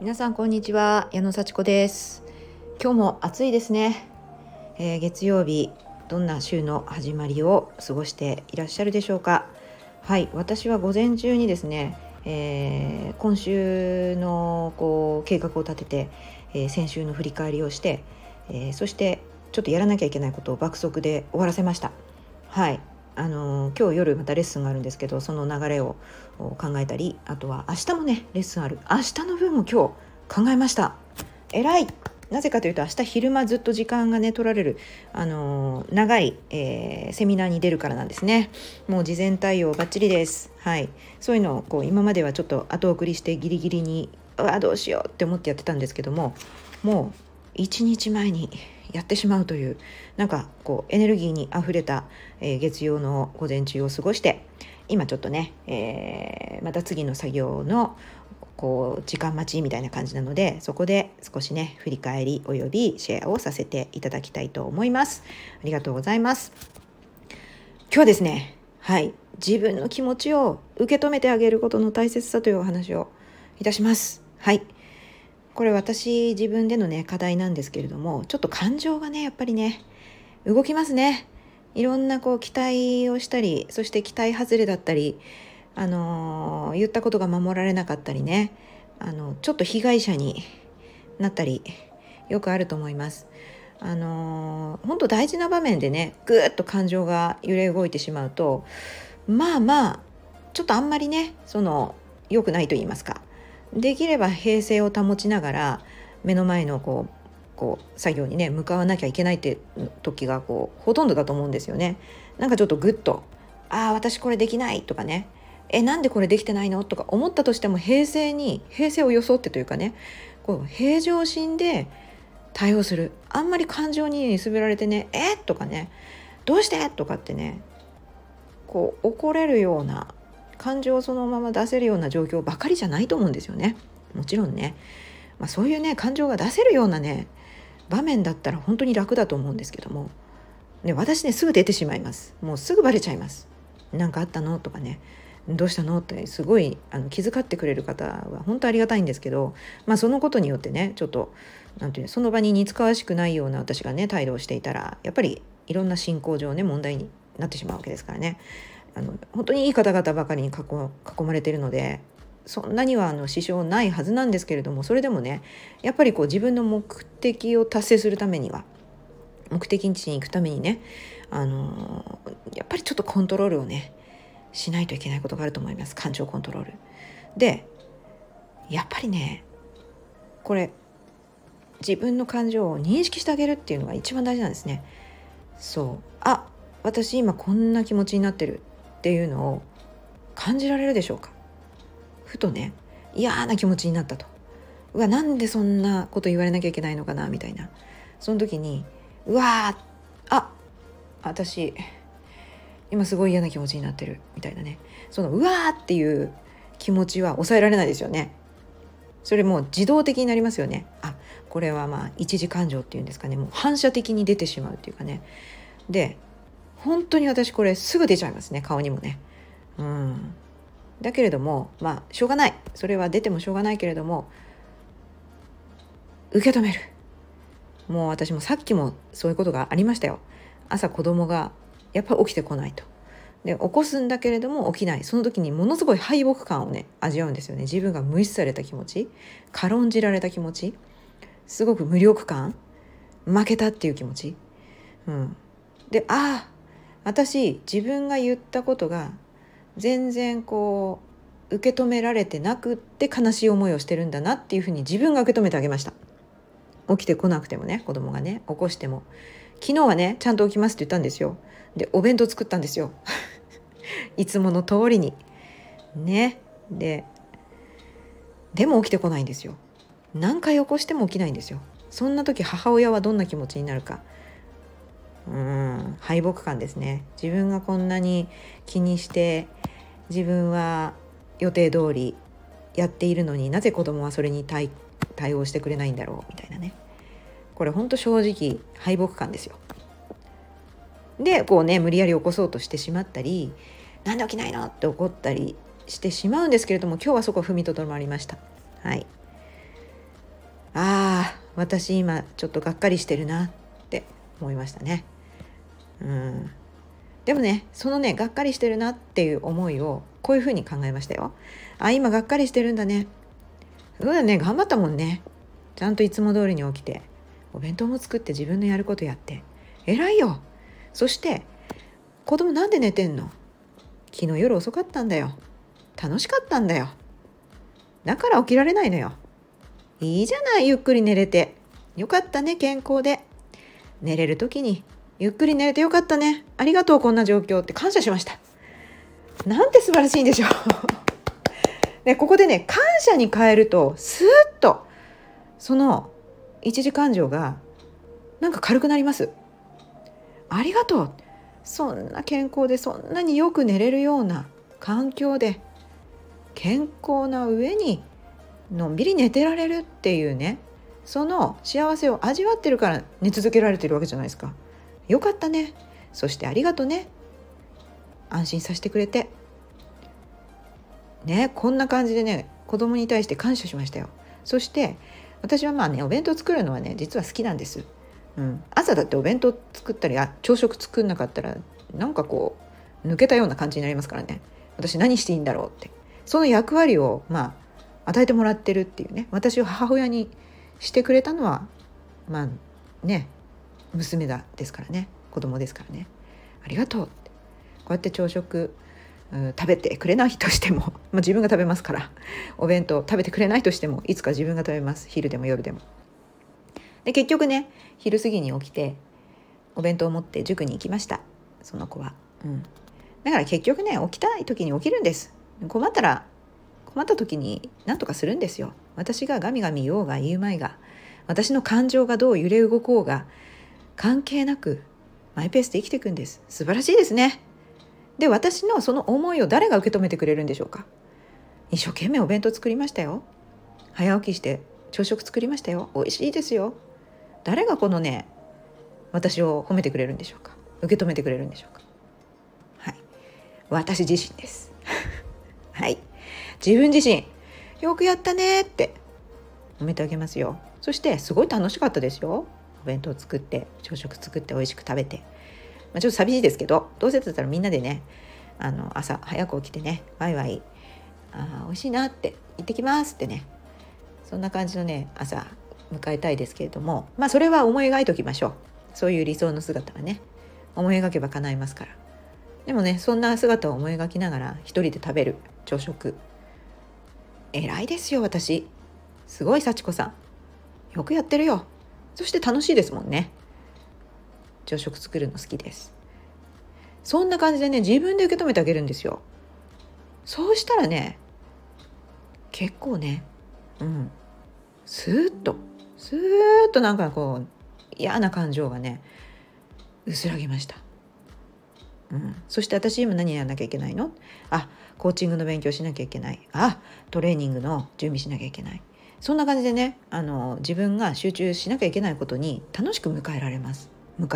皆さんこんにちは、矢野幸子です。今日も暑いですね。月曜日、どんな週の始まりを過ごしていらっしゃるでしょうか。はい、私は午前中にですね、今週の計画を立てて、先週の振り返りをして、そしてちょっとやらなきゃいけないことを爆速で終わらせました。はい、今日夜またレッスンがあるんですけど、その流れを考えたり、あとは明日もねレッスンある、明日の分も今日考えました。偉い。なぜかというと、明日昼間ずっと時間がね取られる、長い、セミナーに出るからなんですね。もう事前対応バッチリです。はい、そういうのを今まではちょっと後送りしてギリギリにどうしようって思ってやってたんですけども、もう1日前にやってしまうという、なんかエネルギーにあふれた、月曜の午前中を過ごして、今ちょっとね、また次の作業の時間待ちみたいな感じなので、そこで少しね振り返りおよびシェアをさせていただきたいと思います。ありがとうございます。今日はですね、はい、自分の気持ちを受け止めてあげることの大切さというお話をいたします。はい、これ私自分でのね課題なんですけれども、ちょっと感情がねやっぱりね動きますね。いろんな期待をしたり、そして期待外れだったり、言ったことが守られなかったりね、ちょっと被害者になったりよくあると思います。本当大事な場面でねぐーっと感情が揺れ動いてしまうと、まあちょっとあんまりね良くないと言いますか、できれば平静を保ちながら目の前の作業にね向かわなきゃいけないって時がほとんどだと思うんですよね。なんかちょっとグッと私これできないとかね、なんでこれできてないのとか思ったとしても、平静を装ってというかね、平常心で対応する。あんまり感情に揺すべられてね、とかね、どうしてとかってね、怒れるような感情をそのまま出せるような状況ばかりじゃないと思うんですよね。もちろんね、そういうね感情が出せるようなね場面だったら本当に楽だと思うんですけども、私ねすぐ出てしまいます。もうすぐバレちゃいます。なんかあったのとかね、どうしたのってすごい気遣ってくれる方は本当ありがたいんですけど、そのことによってねちょっとその場に似つかわしくないような私がね態度をしていたら、やっぱりいろんな進行上ね問題になってしまうわけですからね。本当にいい方々ばかりに囲まれているので、そんなには支障ないはずなんですけれども、それでもねやっぱり自分の目的を達成するためには、目的地に行くためにね、やっぱりちょっとコントロールをねしないといけないことがあると思います。感情コントロールで、やっぱりねこれ自分の感情を認識してあげるっていうのが一番大事なんですね。私今こんな気持ちになってるっていうのを感じられるでしょうか。ふとね嫌な気持ちになったと、なんでそんなこと言われなきゃいけないのかなみたいな、その時に私今すごい嫌な気持ちになってるみたいなね、そのっていう気持ちは抑えられないですよね。それもう自動的になりますよね。これは一時感情っていうんですかね、もう反射的に出てしまうっていうかね。で本当に私これすぐ出ちゃいますね、顔にもね。だけれどもしょうがない、それは出てもしょうがないけれども受け止める。もう私もさっきもそういうことがありましたよ。朝子供がやっぱり起きてこないと。で起こすんだけれども起きない、その時にものすごい敗北感をね味わうんですよね。自分が無視された気持ち、軽んじられた気持ち、すごく無力感、負けたっていう気持ち、で私自分が言ったことが全然受け止められてなくって悲しい思いをしてるんだなっていうふうに自分が受け止めてあげました。起きてこなくてもね、子供がね起こしても、昨日はねちゃんと起きますって言ったんですよ。でお弁当作ったんですよいつもの通りにね。でも起きてこないんですよ。何回起こしても起きないんですよ。そんな時母親はどんな気持ちになるか。敗北感ですね。自分がこんなに気にして自分は予定通りやっているのに、なぜ子供はそれに対応してくれないんだろうみたいなね。これ本当正直敗北感ですよ。で無理やり起こそうとしてしまったり、なんで起きないのって怒ったりしてしまうんですけれども、今日はそこ踏みとどまりました。はい。 私今ちょっとがっかりしてるなって思いましたね。でもね、そのねがっかりしてるなっていう思いをこういうふうに考えましたよ。今がっかりしてるんだね。そうだね、頑張ったもんね。ちゃんといつも通りに起きてお弁当も作って自分のやることやって偉いよ。そして子供なんで寝てんの？昨日夜遅かったんだよ。楽しかったんだよ。だから起きられないのよ。いいじゃない、ゆっくり寝れて。よかったね、健康で。寝れる時にゆっくり寝れてよかったね。ありがとう、こんな状況って感謝しました。なんて素晴らしいんでしょう。で、ここでね、感謝に変えるとスーッとその一時感情がなんか軽くなります。ありがとう。そんな健康でそんなによく寝れるような環境で健康な上にのんびり寝てられるっていうね、その幸せを味わってるから寝続けられてるわけじゃないですか。よかったね。そしてありがとね。安心させてくれてね、こんな感じでね、子供に対して感謝しましたよ。そして私はお弁当作るのはね実は好きなんです。朝だってお弁当作ったり朝食作んなかったらなんかこう抜けたような感じになりますからね。私何していいんだろうって、その役割を与えてもらってるっていうね、私を母親にしてくれたのは娘ですからね、子供ですからね。ありがとうって、こうやって朝食食べてくれないとしても自分が食べますから、お弁当食べてくれないとしてもいつか自分が食べます。昼でも夜でも。で結局ね、昼過ぎに起きてお弁当を持って塾に行きました、その子は。だから結局ね、起きたい時に起きるんです。困った時に何とかするんですよ。私がガミガミ言おうが言うまいが、私の感情がどう揺れ動こうが関係なくマイペースで生きていくんです。素晴らしいですね。で、私のその思いを誰が受け止めてくれるんでしょうか。一生懸命お弁当作りましたよ。早起きして朝食作りましたよ。美味しいですよ。誰がこのね、私を褒めてくれるんでしょうか。受け止めてくれるんでしょうか。はい、私自身です。はい、自分自身よくやったねって褒めてあげますよ。そしてすごい楽しかったですよ。お弁当作って朝食作って美味しく食べて、ちょっと寂しいですけど、どうせだったらみんなでね、朝早く起きてね、ワイワイ美味しいなって行ってきますってね、そんな感じのね朝迎えたいですけれども、それは思い描いておきましょう。そういう理想の姿はね、思い描けば叶いますから。でもね、そんな姿を思い描きながら一人で食べる朝食、偉いですよ。私すごい、幸子さんよくやってるよ。そして楽しいですもんね。朝食作るの好きです。そんな感じでね、自分で受け止めてあげるんですよ。そうしたらね、結構ね、スーッとなんかこう嫌な感情がね薄らぎました。そして私今何やらなきゃいけないの？コーチングの勉強しなきゃいけない。トレーニングの準備しなきゃいけない。そんな感じでね、自分が集中しなきゃいけないことに楽しく迎えます。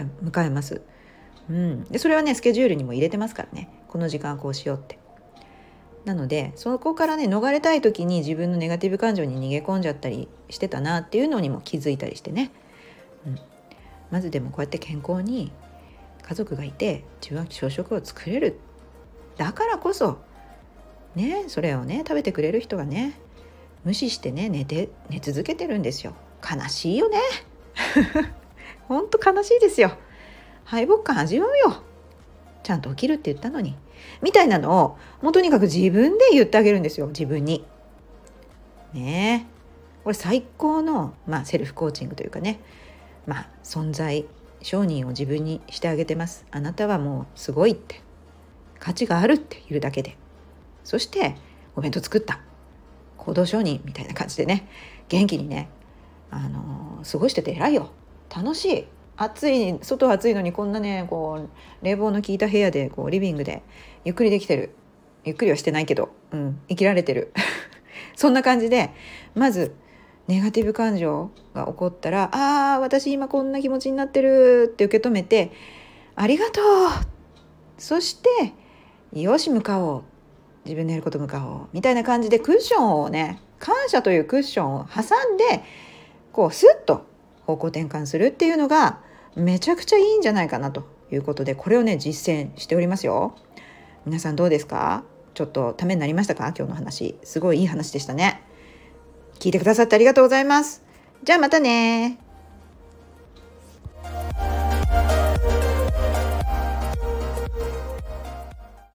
でそれはねスケジュールにも入れてますからね、この時間こうしようって。なのでそこからね逃れたい時に自分のネガティブ感情に逃げ込んじゃったりしてたなっていうのにも気づいたりしてね、まずでもこうやって健康に家族がいて自分は朝食を作れる、だからこそね、それをね食べてくれる人がね無視してね寝続けてるんですよ。悲しいよね。ほんと悲しいですよ。敗北感味わうよ。ちゃんと起きるって言ったのにみたいなのをもうとにかく自分で言ってあげるんですよ、自分にね。これ最高の、セルフコーチングというかね、存在承認を自分にしてあげてます。あなたはもうすごいって、価値があるって言うだけで、そしてお弁当作った行動承認みたいな感じでね、元気にね、過ごしてて偉いよ、楽しい、外は暑いのにこんなねこう冷房の効いた部屋でこうリビングでゆっくりできてる。ゆっくりはしてないけど、生きられてる。そんな感じで、まずネガティブ感情が起こったら、私今こんな気持ちになってるって受け止めて、ありがとう、そしてよし向かおう、自分のやること向かおうみたいな感じでクッションをね、感謝というクッションを挟んでこうスッと方向転換するっていうのがめちゃくちゃいいんじゃないかなということで、これをね実践しておりますよ。皆さんどうですか？ちょっとためになりましたか？今日の話すごいいい話でしたね。聞いてくださってありがとうございます。じゃあまたね。